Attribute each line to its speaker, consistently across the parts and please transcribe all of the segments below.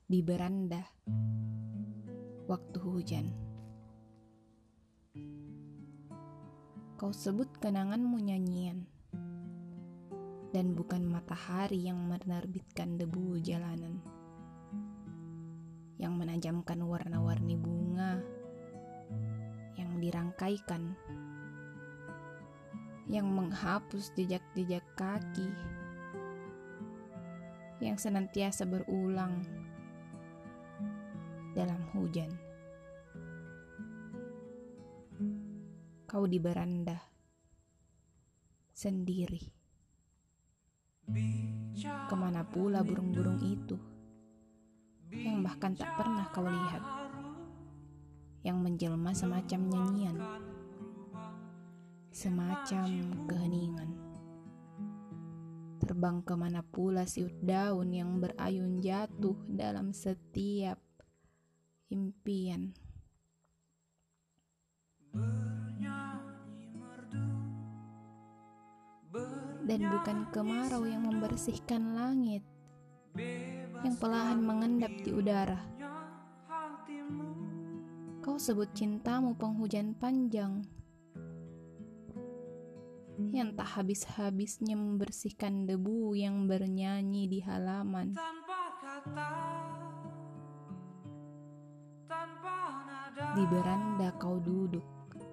Speaker 1: Di beranda waktu hujan. Kau sebut kenanganmu nyanyian, dan bukan matahari yang menerbitkan debu jalanan, yang menajamkan warna-warni bunga, yang dirangkaikan, yang menghapus jejak-jejak kaki, yang senantiasa berulang dalam hujan. Kau di beranda sendiri. Kemana pula burung-burung itu yang bahkan tak pernah kau lihat, yang menjelma semacam nyanyian, semacam keheningan. Terbang kemana pula siut daun yang berayun jatuh dalam setiap impian. Dan bukan kemarau yang membersihkan langit, yang perlahan mengendap di udara. Kau sebut cintamu penghujan panjang, yang tak habis-habisnya membersihkan debu yang bernyanyi di halaman. Di beranda kau duduk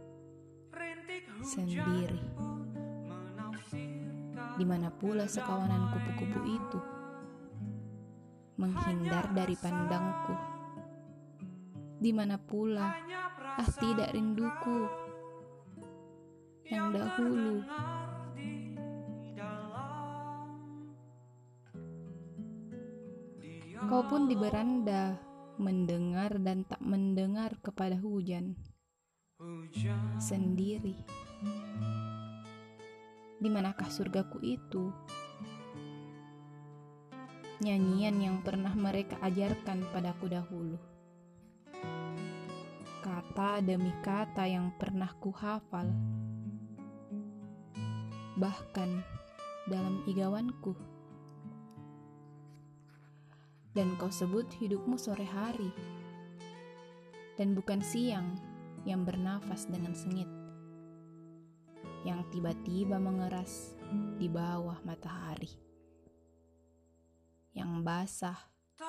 Speaker 1: sendiri. Di mana pula sekawanan kupu-kupu itu menghindar dari pandangku? Di mana pula tidak rinduku yang dahulu? Kau pun di beranda mendengar dan tak mendengar kepada hujan sendiri. Di manakah surgaku itu? Nyanyian yang pernah mereka ajarkan padaku dahulu. Kata demi kata yang pernah kuhafal. Bahkan dalam igawanku. Dan kau sebut hidupmu sore hari. Dan bukan siang yang bernafas dengan sengit, yang tiba-tiba mengeras di bawah matahari, yang basah,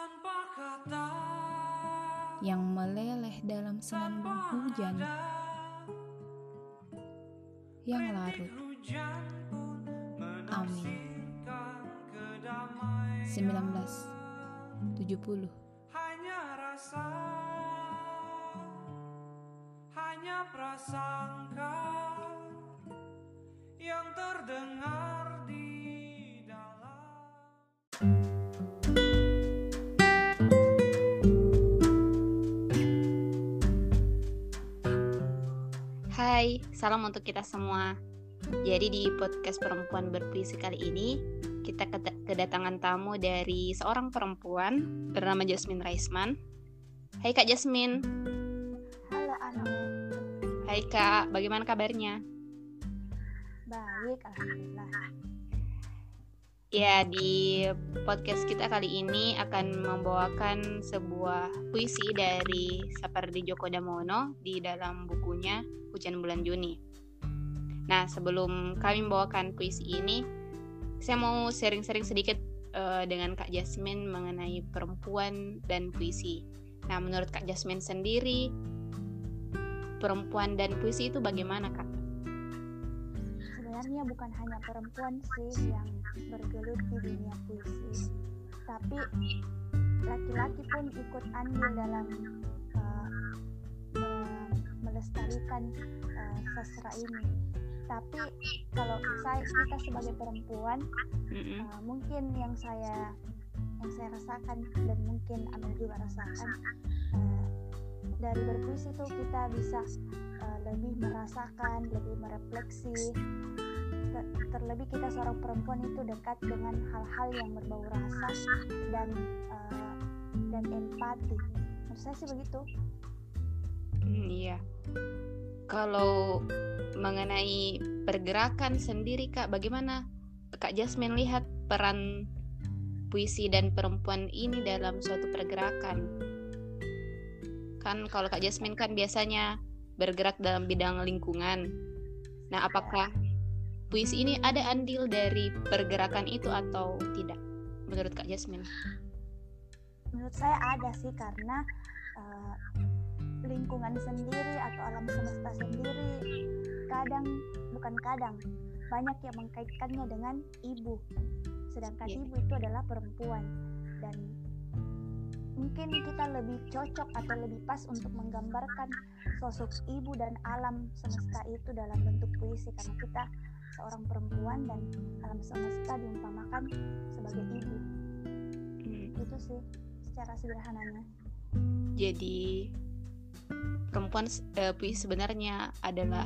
Speaker 1: yang meleleh dalam senandung hujan, yang larut. Amin. 1970.
Speaker 2: Hanya prasangka yang terdengar di dalam.
Speaker 3: Hai, salam untuk kita semua. Jadi di podcast Perempuan Berpuisi kali ini kita kedatangan tamu dari seorang perempuan bernama Jasmine Raisman. Hai Kak Jasmine.
Speaker 4: Halo Anu.
Speaker 3: Hai Kak, bagaimana kabarnya?
Speaker 4: Baik, alhamdulillah.
Speaker 3: Ya, di podcast kita kali ini akan membawakan sebuah puisi dari Sapardi Djoko Damono di dalam bukunya Hujan Bulan Juni. Nah, sebelum kami membawakan puisi ini, saya mau sharing-sharing sedikit dengan Kak Jasmine mengenai perempuan dan puisi. Nah, menurut Kak Jasmine sendiri, perempuan dan puisi itu bagaimana, Kak?
Speaker 4: Sebenarnya bukan hanya perempuan sih yang bergelut di dunia puisi, tapi laki-laki pun ikut andil dalam melestarikan sastra ini. Tapi kalau kita sebagai perempuan, mungkin yang saya rasakan dan mungkin Amel juga rasakan, dari berpuisi itu kita bisa lebih merasakan, lebih merefleksi. Terlebih kita seorang perempuan itu dekat dengan hal-hal yang berbau rasa dan empati. Menurut saya sih begitu.
Speaker 3: Iya. Kalau mengenai pergerakan sendiri Kak, bagaimana Kak Jasmine lihat peran puisi dan perempuan ini dalam suatu pergerakan? Kan kalau Kak Jasmine kan biasanya bergerak dalam bidang lingkungan. Nah, apakah puisi ini ada andil dari pergerakan itu atau tidak? Menurut Kak Jasmine?
Speaker 4: Menurut saya ada sih, karena lingkungan sendiri atau alam semesta sendiri banyak yang mengkaitkannya dengan ibu, sedangkan ibu itu adalah perempuan, dan mungkin kita lebih cocok atau lebih pas untuk menggambarkan sosok ibu dan alam semesta itu dalam bentuk puisi, karena kita seorang perempuan dan alam semesta diumpamakan sebagai ibu. Itu sih secara sederhananya.
Speaker 3: Jadi perempuan puisi sebenarnya adalah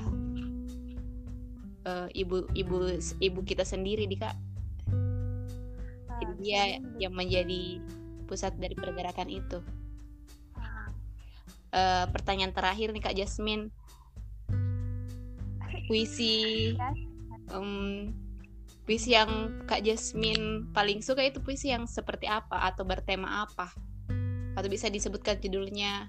Speaker 3: ibu kita sendiri, Kak. Jadi dia yang menjadi pusat dari pergerakan itu. Pertanyaan terakhir nih Kak Jasmine, puisi yang Kak Jasmine paling suka itu puisi yang seperti apa atau bertema apa? Atau bisa disebutkan judulnya?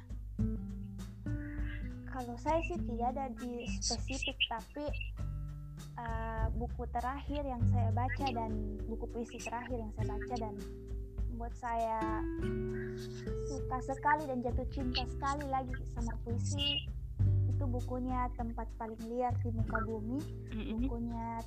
Speaker 4: Kalau saya sih tidak ada di spesifik, tapi buku terakhir yang saya baca dan buku puisi terakhir yang saya baca dan membuat saya suka sekali dan jatuh cinta sekali lagi sama puisi itu bukunya Tempat Paling Liar di Muka Bumi, bukunya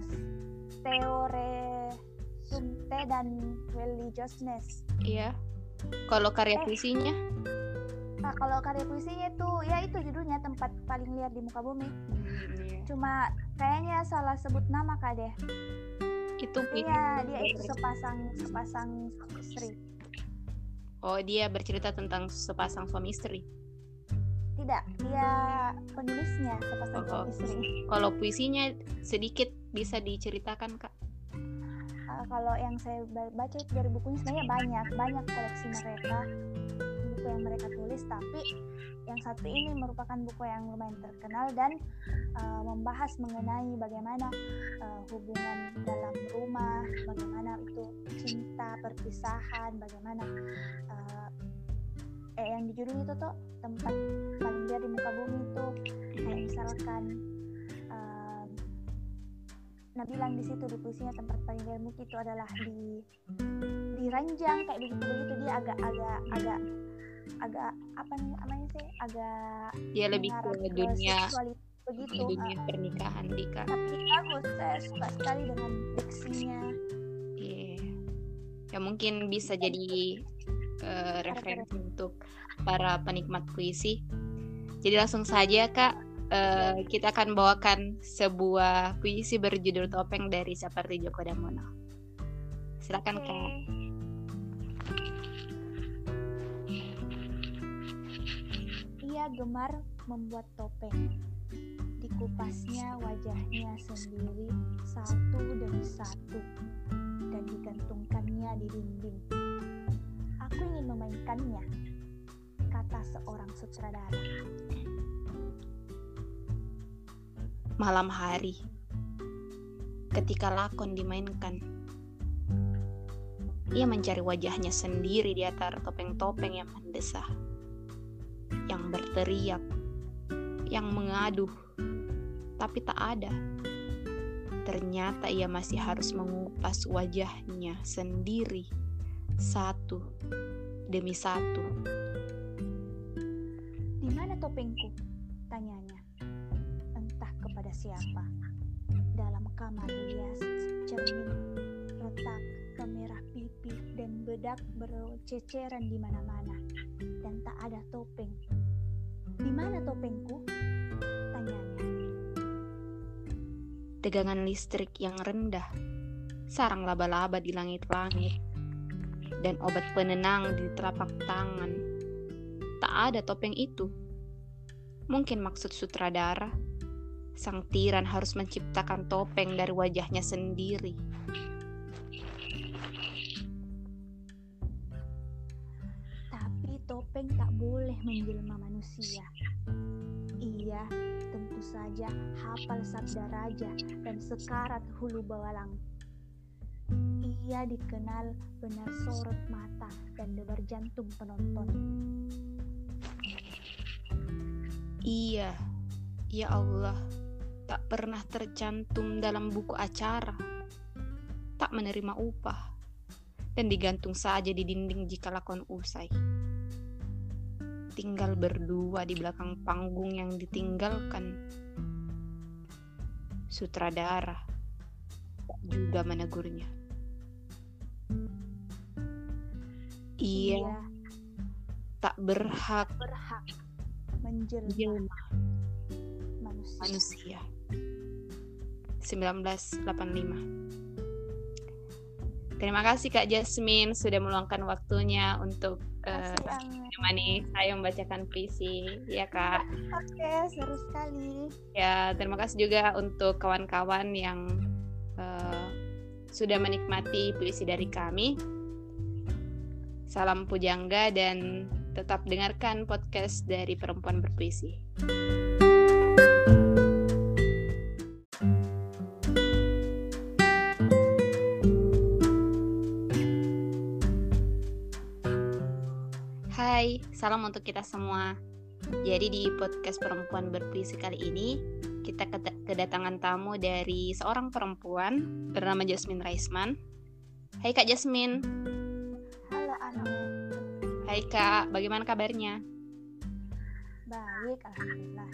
Speaker 4: Teore Sumte dan Religiousness.
Speaker 3: Iya. Kalau karya puisinya?
Speaker 4: Nah, kalau karya puisinya tuh ya itu judulnya Tempat Paling Liar di Muka Bumi. Cuma kayaknya salah sebut nama Kak deh.
Speaker 3: Itu
Speaker 4: dia itu sepasang istri.
Speaker 3: Oh, dia bercerita tentang sepasang suami istri.
Speaker 4: Tidak, dia penulisnya sepasang suami istri.
Speaker 3: Kalau puisinya sedikit bisa diceritakan, Kak?
Speaker 4: Kalau yang saya baca itu dari bukunya sebenarnya banyak koleksi mereka, buku yang mereka tulis, tapi yang satu ini merupakan buku yang lumayan terkenal dan membahas mengenai bagaimana hubungan dalam rumah, bagaimana itu cinta, perpisahan, bagaimana yang di judul itu tuh Tempat Paling Liar di Muka Bumi itu kayak misalkan Nah bilang di situ di puisinya Tempat Paling Liar Muka itu adalah di ranjang kayak begitu dia agak apa namanya sih, agak
Speaker 3: dia lebih ke dunia
Speaker 4: begitu,
Speaker 3: dunia pernikahan Dika.
Speaker 4: Tapi bagus, saya suka sekali dengan diksinya.
Speaker 3: Ya mungkin bisa jadi referensi untuk para penikmat puisi. Jadi langsung saja Kak, kita akan bawakan sebuah puisi berjudul Topeng dari Sapardi Djoko Damono. Silakan Kak.
Speaker 4: Ia gemar membuat topeng, dikupasnya wajahnya sendiri satu demi satu dan digantungkannya di dinding. Aku ingin memainkannya, kata seorang sutradara.
Speaker 3: Malam hari, ketika lakon dimainkan, ia mencari wajahnya sendiri di antara topeng-topeng yang mendesah, yang berteriak, yang mengaduh, tapi tak ada. Ternyata ia masih harus mengupas wajahnya sendiri, satu demi satu.
Speaker 4: Di mana topengku? Tanyanya. Entah kepada siapa. Dalam kamar rias, cermin, retak, kemerah pipi, dan bedak berceceran di mana-mana. Dan tak ada topeng. Di mana topengku? Tanyanya.
Speaker 3: Tegangan listrik yang rendah, sarang laba-laba di langit-langit, dan obat penenang di telapak tangan. Tak ada topeng itu. Mungkin maksud sutradara, sang tiran harus menciptakan topeng dari wajahnya sendiri.
Speaker 4: Tapi topeng tak boleh menjelma manusia. Ia tentu saja hafal sabda raja dan sekarat hulu bawalang. ia dikenal benar sorot mata dan debar jantung penonton.
Speaker 3: Iya, ya Allah, tak pernah tercantum dalam buku acara, tak menerima upah, dan digantung saja di dinding jika lakon usai. Tinggal berdua di belakang panggung yang ditinggalkan. Sutradara tak juga menegurnya. Ia tak berhak
Speaker 4: menjelma
Speaker 3: manusia. 1985. Terima kasih Kak Jasmine sudah meluangkan waktunya untuk menemani saya membacakan puisi, ya Kak.
Speaker 4: Oke, seru sekali.
Speaker 3: Ya, terima kasih juga untuk kawan-kawan yang sudah menikmati puisi dari kami. Salam pujangga dan tetap dengarkan podcast dari Perempuan Berpuisi. Hai, salam untuk kita semua. Jadi di podcast Perempuan Berpuisi kali ini kita kedatangan tamu dari seorang perempuan bernama Jasmine Raisman. Hai Kak Jasmine.
Speaker 4: Halo Anu.
Speaker 3: Hai Kak, bagaimana kabarnya?
Speaker 4: Baik, alhamdulillah.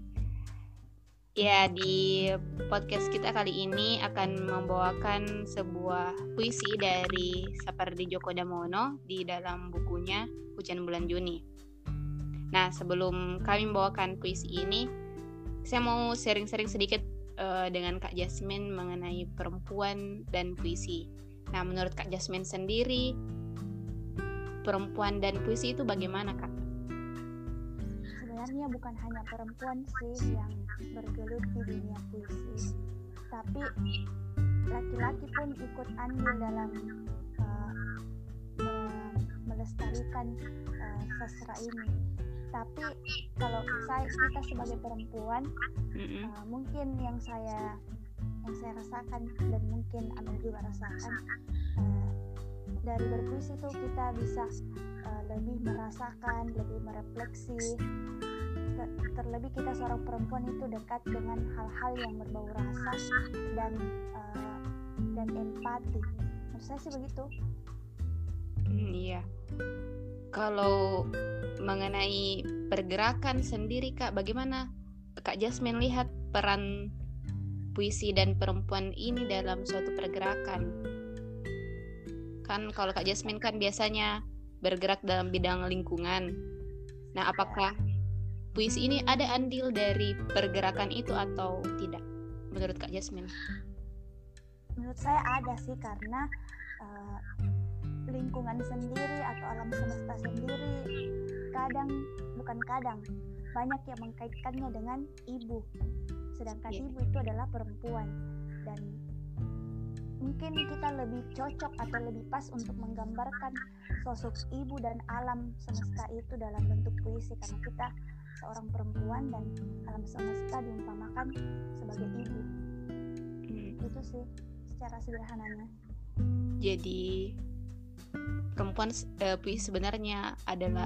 Speaker 3: Ya, di podcast kita kali ini akan membawakan sebuah puisi dari Sapardi Djoko Damono di dalam bukunya Hujan Bulan Juni. Nah, sebelum kami membawakan puisi ini, saya mau sharing-sharing sedikit dengan Kak Jasmine mengenai perempuan dan puisi. Nah, menurut Kak Jasmine sendiri, perempuan dan puisi itu bagaimana, Kak?
Speaker 4: Sebenarnya bukan hanya perempuan sih yang bergelut di dunia puisi, tapi laki-laki pun ikut andil dalam melestarikan sastra ini. Tapi kalau kita sebagai perempuan, mungkin yang saya rasakan dan mungkin Amel juga rasakan, dari berpuisi itu kita bisa lebih merasakan, lebih merefleksi. Terlebih kita seorang perempuan itu dekat dengan hal-hal yang berbau rasa dan empati. Menurut saya sih begitu.
Speaker 3: Iya. Kalau mengenai pergerakan sendiri Kak, bagaimana Kak Jasmine lihat peran puisi dan perempuan ini dalam suatu pergerakan? Kan kalau Kak Jasmine kan biasanya bergerak dalam bidang lingkungan. Nah, apakah puisi ini ada andil dari pergerakan itu atau tidak? Menurut Kak Jasmine?
Speaker 4: Menurut saya ada sih, karena lingkungan sendiri atau alam semesta sendiri banyak yang mengkaitkannya dengan ibu, sedangkan ibu itu adalah perempuan, dan mungkin kita lebih cocok atau lebih pas untuk menggambarkan sosok ibu dan alam semesta itu dalam bentuk puisi, karena kita seorang perempuan dan alam semesta diumpamakan sebagai ibu. Itu sih secara sederhananya.
Speaker 3: Jadi perempuan puisi sebenarnya adalah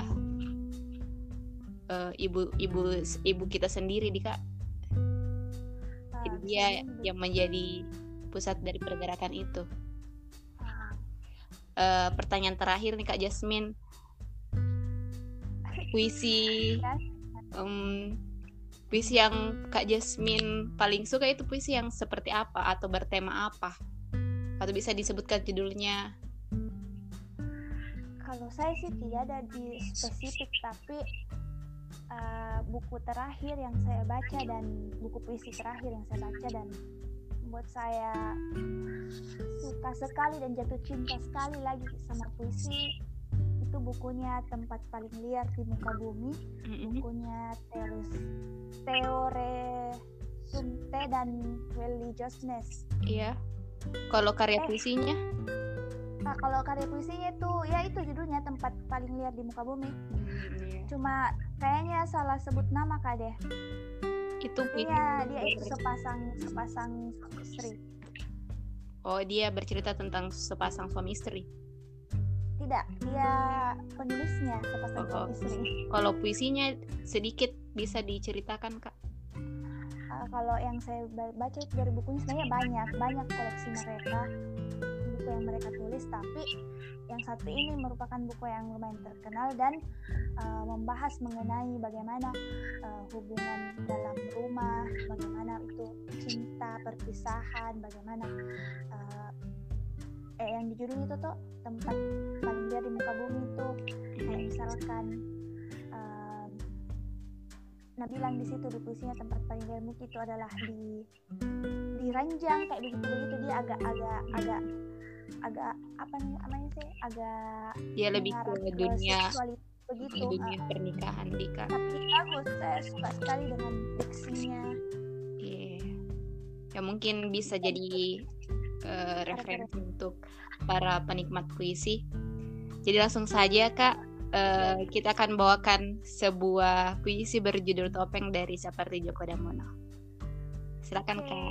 Speaker 3: ibu kita sendiri Kak. Jadi dia yang menjadi pusat dari pergerakan itu. Pertanyaan terakhir nih Kak Jasmine, puisi yang Kak Jasmine paling suka itu puisi yang seperti apa atau bertema apa? Atau bisa disebutkan judulnya?
Speaker 4: Kalau saya sih tidak ada di spesifik, tapi buku terakhir yang saya baca dan buku puisi terakhir yang saya baca dan membuat saya suka sekali dan jatuh cinta sekali lagi sama puisi, itu bukunya Tempat Paling Liar di Muka Bumi, bukunya Teore Sumte dan Welly Josnes.
Speaker 3: Iya. Kalau karya puisinya?
Speaker 4: Kalau karya puisinya itu judulnya Tempat Paling Liar di Muka Bumi. Cuma kayaknya salah sebut nama Kak deh.
Speaker 3: Itu
Speaker 4: dia itu sepasang istri.
Speaker 3: Oh, dia bercerita tentang sepasang suami istri.
Speaker 4: Tidak, dia penulisnya sepasang suami istri.
Speaker 3: Kalau puisinya sedikit bisa diceritakan, Kak?
Speaker 4: Kalau yang saya baca dari bukunya sebenarnya banyak koleksi mereka, buku yang mereka tulis, tapi yang satu ini merupakan buku yang lumayan terkenal dan membahas mengenai bagaimana hubungan dalam rumah, bagaimana itu cinta, perpisahan, bagaimana yang di judul itu tuh tempat paling liar di muka bumi itu, kayak misalkan Nah bilang di situ di puisinya tempat paling liar mungkin itu adalah di ranjang kayak begitu dia agak apa namanya sih, agak
Speaker 3: dia lebih ke dunia
Speaker 4: begitu,
Speaker 3: dunia pernikahan Dika.
Speaker 4: Tapi bagus, saya suka sekali dengan diksinya.
Speaker 3: Ya mungkin bisa jadi referensi untuk para penikmat puisi. Jadi langsung saja Kak, kita akan bawakan sebuah puisi berjudul Topeng dari Sapardi Djoko Damono. Silakan Kak.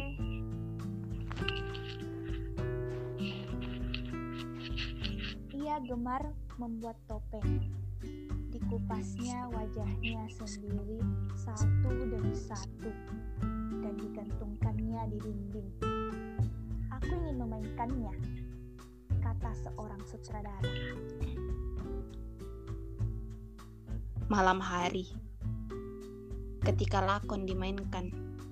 Speaker 4: Ia gemar membuat topeng. Dikupasnya wajahnya sendiri satu demi satu dan digantungkannya di dinding. Aku ingin memainkannya, kata seorang sutradara.
Speaker 3: Malam hari, ketika lakon dimainkan,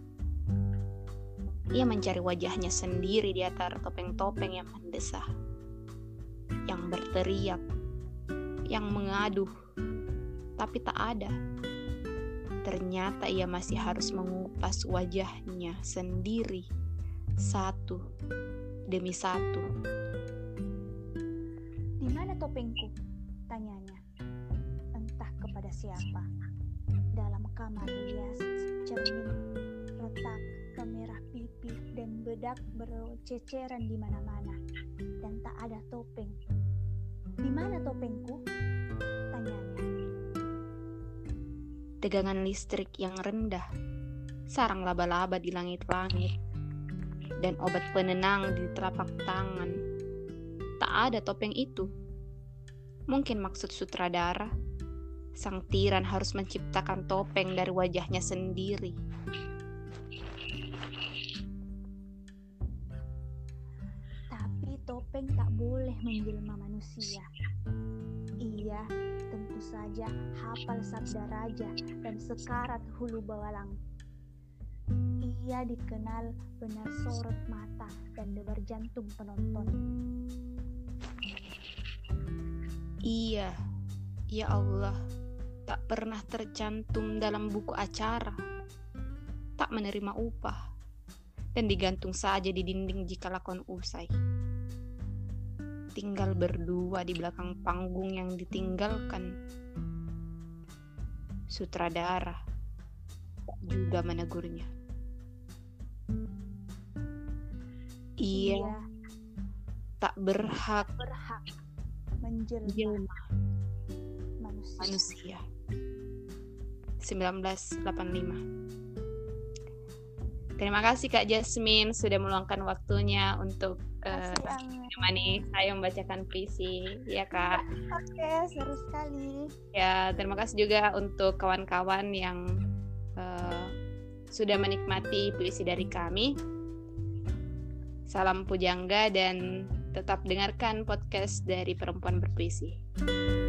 Speaker 3: ia mencari wajahnya sendiri di antara topeng-topeng yang mendesah, yang berteriak, yang mengaduh, tapi tak ada. Ternyata ia masih harus mengupas wajahnya sendiri, satu demi satu.
Speaker 4: Di mana topengku? Tanyanya. Entah kepada siapa. Dalam kamar rias, cermin, retak, kemerah pipi, dan bedak berceceran di mana-mana. Dan tak ada topeng. Di mana topengku? Tanyanya.
Speaker 3: Tegangan listrik yang rendah, sarang laba-laba di langit-langit, dan obat penenang di telapak tangan. Tak ada topeng itu. Mungkin maksud sutradara, sang tiran harus menciptakan topeng dari wajahnya sendiri.
Speaker 4: Tapi topeng tak boleh menjelma manusia. Ia tentu saja hafal sabda raja dan sekarat hulu bawalang. Ia dikenal benar sorot mata dan debar jantung penonton.
Speaker 3: Iya, ya Allah, tak pernah tercantum dalam buku acara, tak menerima upah, dan digantung saja di dinding jika lakon usai. Tinggal berdua di belakang panggung yang ditinggalkan. Sutradara tak juga menegurnya. Ia tak berhak
Speaker 4: menjelma
Speaker 3: manusia. 1985. Terima kasih Kak Jasmine sudah meluangkan waktunya untuk menemani saya membacakan puisi, ya Kak.
Speaker 4: Oke, seru sekali.
Speaker 3: Ya, terima kasih juga untuk kawan-kawan yang sudah menikmati puisi dari kami. Salam pujangga dan tetap dengarkan podcast dari Perempuan Berpuisi.